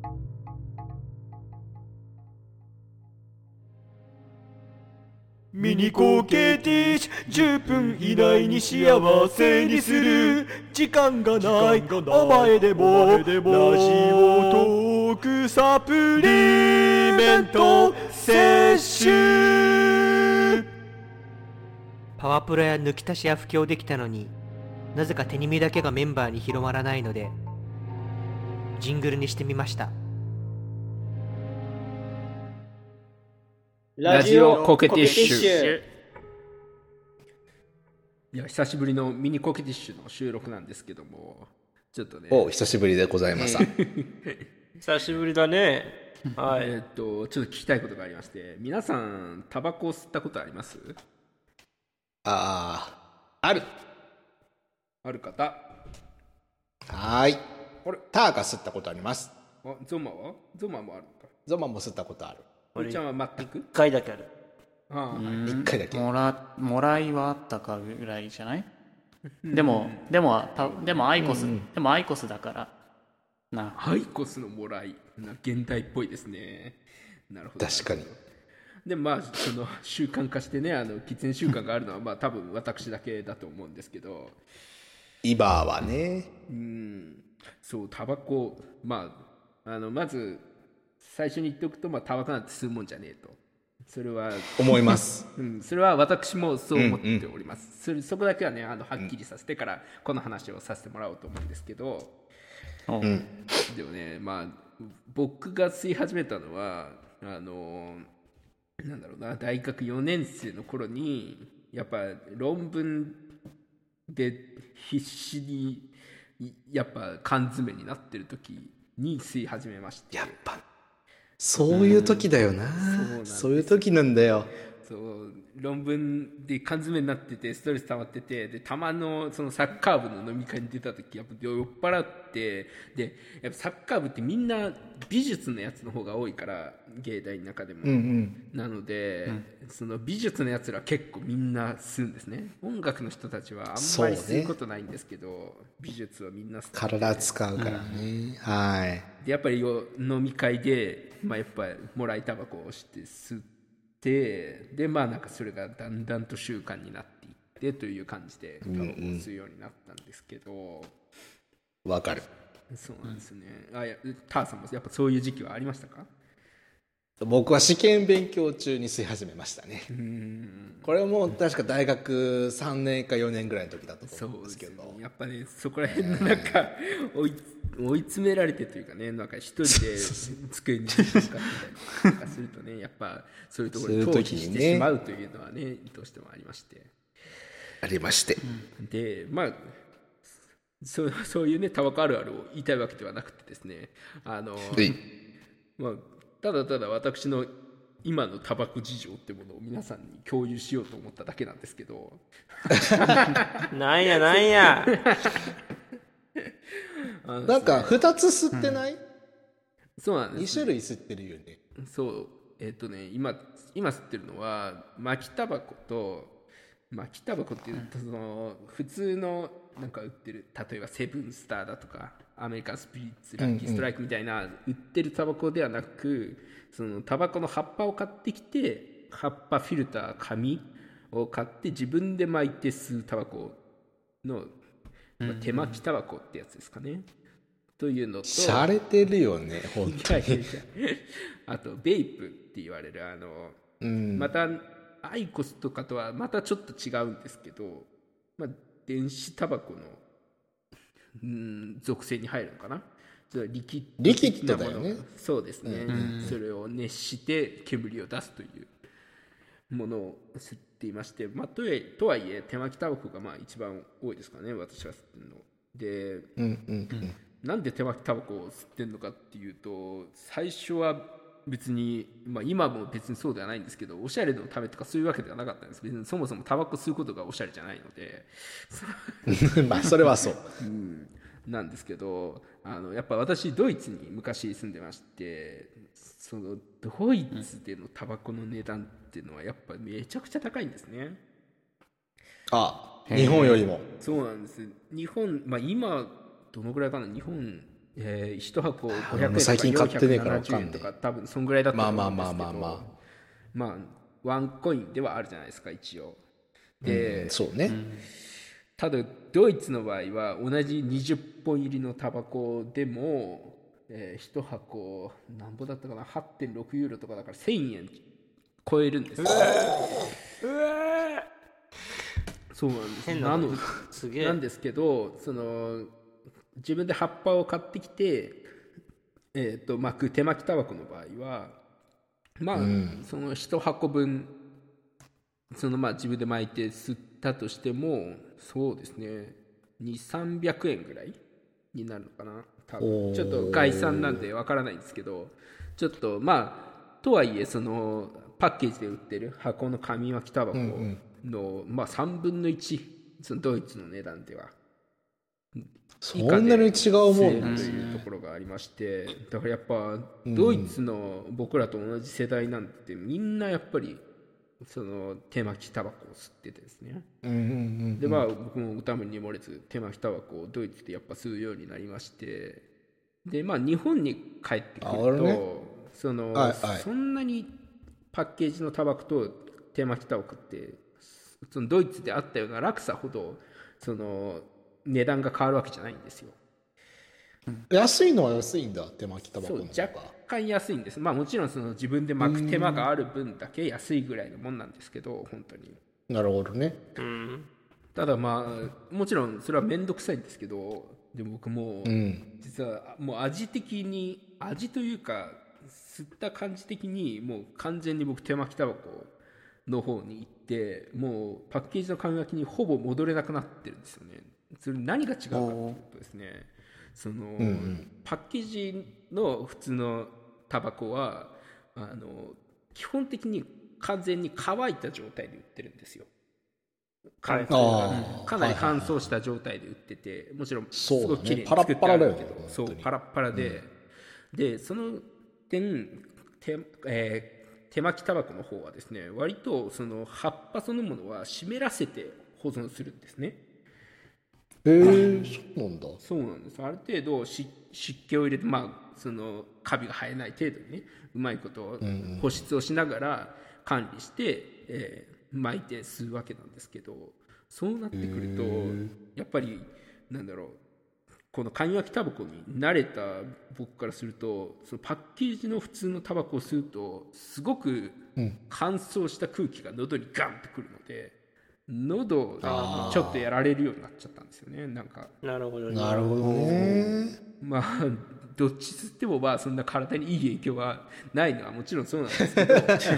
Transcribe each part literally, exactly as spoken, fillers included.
ミニコケティッシュじゅっぷん以内に幸せにする時間がないお前でもラジオトークサプリメント摂取。 パワプロや抜き足しや布教できたのになぜか手に身だけがメンバーに広まらないのでジングルにしてみました。 ラジオコケティッシュ。 いや久しぶりのミニコケティッシュの収録なんですけども、ちょっとね、 お久しぶりでございます。 久しぶりだね。はい。 えーっとちょっと聞きたいことがありまして、皆さんタバコを吸ったことあります？ ああ、ある。 ある方。 はーい。 あれ、 ターが吸ったことあります。 あ、ゾマは？ゾマもあるのか。 ゾマも吸ったことある。 おいちゃんは全く？ 一回だけある。 ああ、 一回だけ。 もらもらいはあったかぐらいじゃない？でもでもたでもアイコス、うんうん、でもアイコスだからな。 アイコスのもらい、な現代っぽいですね。なるほど。 確かに。 でまあその習慣化してね、あの喫煙習慣があるのはまあ多分私だけだと思うんですけど、 イバーはね、 うん、そうタバコ、まああのまず最初に言っておくと、まあタバコなんて吸うもんじゃねえと、それは思います。 うん、それは私もそう思っております。うんうん、それそこだけはね、あのはっきりさせてからこの話をさせてもらおうと思うんですけど、 うん、 でもね、まあ僕が吸い始めたのはあのなんだろうな、大学よねん生の頃にやっぱ論文で必死にやっぱ缶詰になってる時に吸い始めまして、 やっぱそういう時だよな、うん、そう、そういう時なんだよ。 そう論文で缶詰になっててストレス溜まってて、でたまのそのサッカー部の飲み会に出た時やっぱ酔っ払って、でやっぱサッカー部ってみんな美術のやつの方が多いから、芸大の中でも、うんうん、なので、うん、その美術のやつら結構みんな吸うんですね。音楽の人たちはあんまり吸うことないんですけど、ね、美術はみんな吸って体使うからね、うん、はい。 でやっぱり飲み会で、まあ、やっぱもらいタバコをして吸ってで, でまあなんかそれがだんだんと習慣になっていってという感じでタバコを吸うようになったんですけど、 わ、うん、かる。 そうなんですね。あ、いやターさんもやっぱそういう時期はありましたか？ 僕は試験勉強中に吸い始めましたね。うん、これも確か大学さんねんかよねんぐらいの時だったと思うんですけど、 そうですね、やっぱねそこら辺のなんか追い追い詰められてというかね、なんか一人で机に向かってたりとかするとね、やっぱそういうところに逃避してしまうというのはね、どうしてもありましてありまして、 でまあそう、そういうねタバコあるあるを言いたいわけではなくてですね、あの、まあ、ただただ私の今のタバコ事情ってものを皆さんに共有しようと思っただけなんですけどなんやなんやなんかふたつ吸ってない？うん、 そうなんです、ね、 に種類吸ってるよね。 そうえっ、ー、とね今今吸ってるのは巻きタバコと、巻きタバコっていうとその普通のなんか売ってる、例えばセブンスターだとかアメリカンスピリッツラッキーストライクみたいな売ってるタバコではなく、そのタバコの葉っぱを買ってきて、葉っぱフィルター紙を買って自分で巻いて吸うタバコの、まあ、手巻きタバコってやつですかね、というのと、 しゃれてるよね本当にあとベイプって言われるあの、うん、またアイコスとかとはまたちょっと違うんですけど、まあ、電子タバコの、うん、属性に入るのかな。リキッドリキッドだよね。 そうですね、うん、それを熱して煙を出すというものを吸っていまして、まあ、とはいえ、とはいえ手巻きタバコがまあ一番多いですかね、私が吸ってるので、うんうんうん、なんで手巻きタバコを吸ってるのかっていうと、最初は別に、まあ、今も別にそうではないんですけど、おしゃれのためとかそういうわけではなかったんです。別にそもそもタバコ吸うことがおしゃれじゃないのでまあそれはそう、 うん、なんですけど、あのやっぱ私ドイツに昔住んでまして、そのドイツでのタバコの値段っていうのはやっぱめちゃくちゃ高いんですね。 あ、日本よりも。 そうなんです。日本、まあ今どのぐらいかな、日本えー、いち箱ごひゃくえんとか最近買ってねえからよんひゃくななじゅうえんとか多分そんぐらいだったと思うんですけど、 まあまあまあまあままあワンコインではあるじゃないですか一応で、 うん、そうね、 ただドイツの場合は同じにじゅっぽん入りのタバコでも、えー、いち箱何ぼだったかな はってんろく ユーロとかだからせんえん超えるんですよ。そうなんですなのすげえなんですけどその自分で葉っぱを買ってきて、えー、と巻く手巻きタバコの場合はまあ、うん、そのいち箱分そのまあ自分で巻いて吸ったとしてもそうですねにせんさんびゃくえんぐらいになるのかな多分ちょっと概算なんでわからないんですけどちょっとまあとはいえそのパッケージで売ってる箱の紙巻きタバコの、うんうんまあ、さんぶんのいちそのドイツの値段ではそんなに違うもんというところがありましてだからやっぱドイツの僕らと同じ世代なんてみんなやっぱりその手巻きタバコを吸っててですね、うんうんうんうん、でまあ僕も歌に漏れず手巻きタバコをドイツでやっぱ吸うようになりましてでまあ日本に帰ってくると、ねそのはいはい、そんなにパッケージのタバコと手巻きタバコってそのドイツであったような落差ほどその値段が変わるわけじゃないんですよ。 安いのは安いんだ手巻きタバコの方が。 そう若干安いんです。まあもちろんその自分で巻く手間がある分だけ安いぐらいのもんなんですけど本当に。 なるほどね。 うんただまあもちろんそれは面倒くさいんですけどでも僕も実はもう味的に味というか吸った感じ的にもう完全に僕手巻きタバコの方に行ってもうパッケージの紙巻きにほぼ戻れなくなってるんですよね。それ何が違うかというとですねその、うんうん、パッケージの普通のタバコはあの基本的に完全に乾いた状態で売ってるんですよ。乾燥かなり乾燥した状態で売ってて、はいはい、もちろんすごくきれいに作ってあるけど、ね、そうパラッパラで、うん、でその点手、えー、手巻きタバコの方はですね割とその葉っぱそのものは湿らせて保存するんですね。 へえー、そうなんだ。 そうなんです。ある程度湿気を入れて、まあそのカビが生えない程度にねうまいこと保湿をしながら管理して、うんうんえー巻いて吸うわけなんですけどそうなってくるとやっぱりなんだろうこの紙巻きタバコに慣れた僕からするとそのパッケージの普通のタバコを吸うとすごく乾燥した空気が喉にガンってくるので喉がちょっとやられるようになっちゃったんですよね。なんかなるほどね。なるほどね。 まあどっち吸ってもまあそんな体にいい影響はないのはもちろんそうなんですけど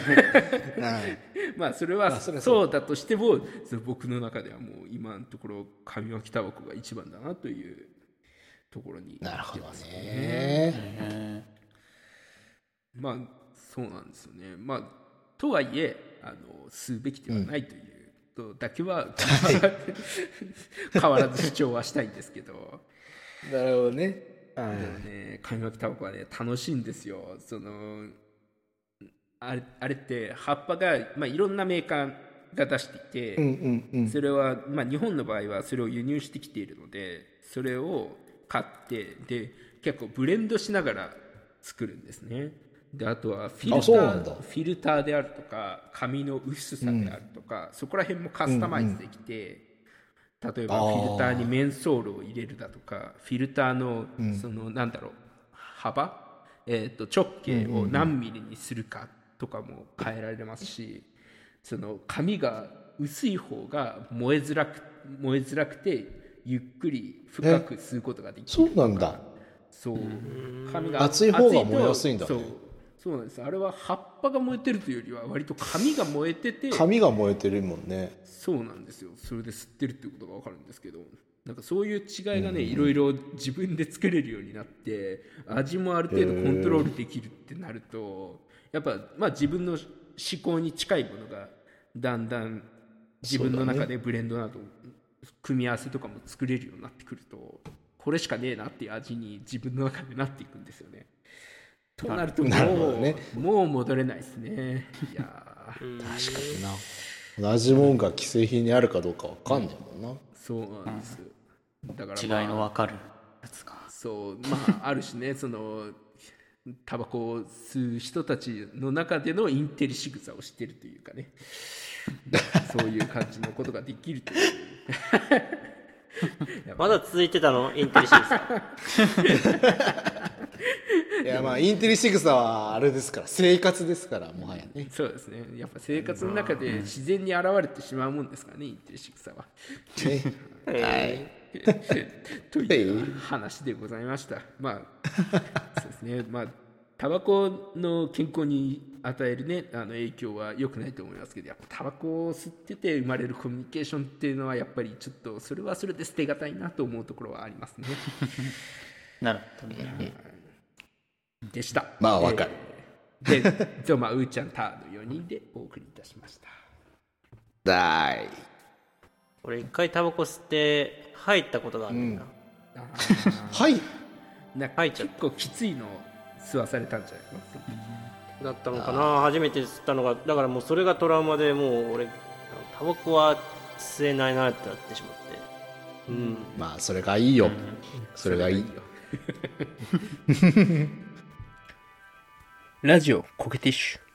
まあそれはそうだとしても僕の中ではもう今のところ紙巻きタバコが一番だなというところになってますね。 まあそうなんですよね。まあとはいえあの吸うべきではないというとだけは、うん、変わらず主張はしたいんですけどなるほどね。 でもね、紙巻きタバコはね楽しいんですよ。そのあれ、あれって葉っぱが、まあ、いろんなメーカーが出していて、うんうんうん、それは、まあ、日本の場合はそれを輸入してきているのでそれを買ってで結構ブレンドしながら作るんですね。であとはフィルター、フィルターであるとか紙の薄さであるとか、うん、そこら辺もカスタマイズできて、うんうん、例えばフィルターにメンソールを入れるだとかフィルターのその、うん、なんだろう幅、えー、と直径を何ミリにするかとかも変えられますしその紙が薄い方が燃えづらく燃えづらくてゆっくり深く吸うことができる。 そうなんだ。 そう紙が熱い方が燃えやすいんだね。 そうそうなんです。あれは葉っぱが燃えてるというよりは割と紙が燃えてて紙が燃えてるもんね。 そうなんですよ。それで吸ってるっていうことが分かるんですけどなんかそういう違いがね、うん、いろいろ自分で作れるようになって味もある程度コントロールできるってなるとやっぱ、まあ、自分の思考に近いものがだんだん自分の中でブレンドなど組み合わせとかも作れるようになってくるとこれしかねえなっていう味に自分の中でなっていくんですよね。となるともう、ね、もう戻れないですね。いや確かにな同じもんが既製品にあるかどうか分かんないもんな、うん、 そうなんです、 うん、だから、まあ、違いの分かるやつかそうまああるしねそのタバコを吸う人たちの中でのインテリ仕草をしてるというかねそういう感じのことができるというまだ続いてたのインテリシーさいやまあインテリ仕草はあれですから生活ですからもはやね。 そうですねやっぱ生活の中で自然に現れてしまうもんですからねインテリ仕草はねはいという話でございました。まあそうですねまあタバコの健康に与えるねあの影響は良くないと思いますけどやっぱタバコを吸ってて生まれるコミュニケーションっていうのはやっぱりちょっとそれはそれで捨てがたいなと思うところはありますねなるほどね。 でした。 まあわかる、 えー、でじゃあまあうーちゃんターのよにんでお送りいたしました。 だーい俺一回タバコ吸って入ったことがあるんだ、 はいなんか入っちゃった結構きついのを吸わされたんじゃないかなだったのかな初めて吸ったのがだからもうそれがトラウマでもう俺タバコは吸えないなってなってしまってうんまあそれがいいよ、それがいいよラジオコケティッシュ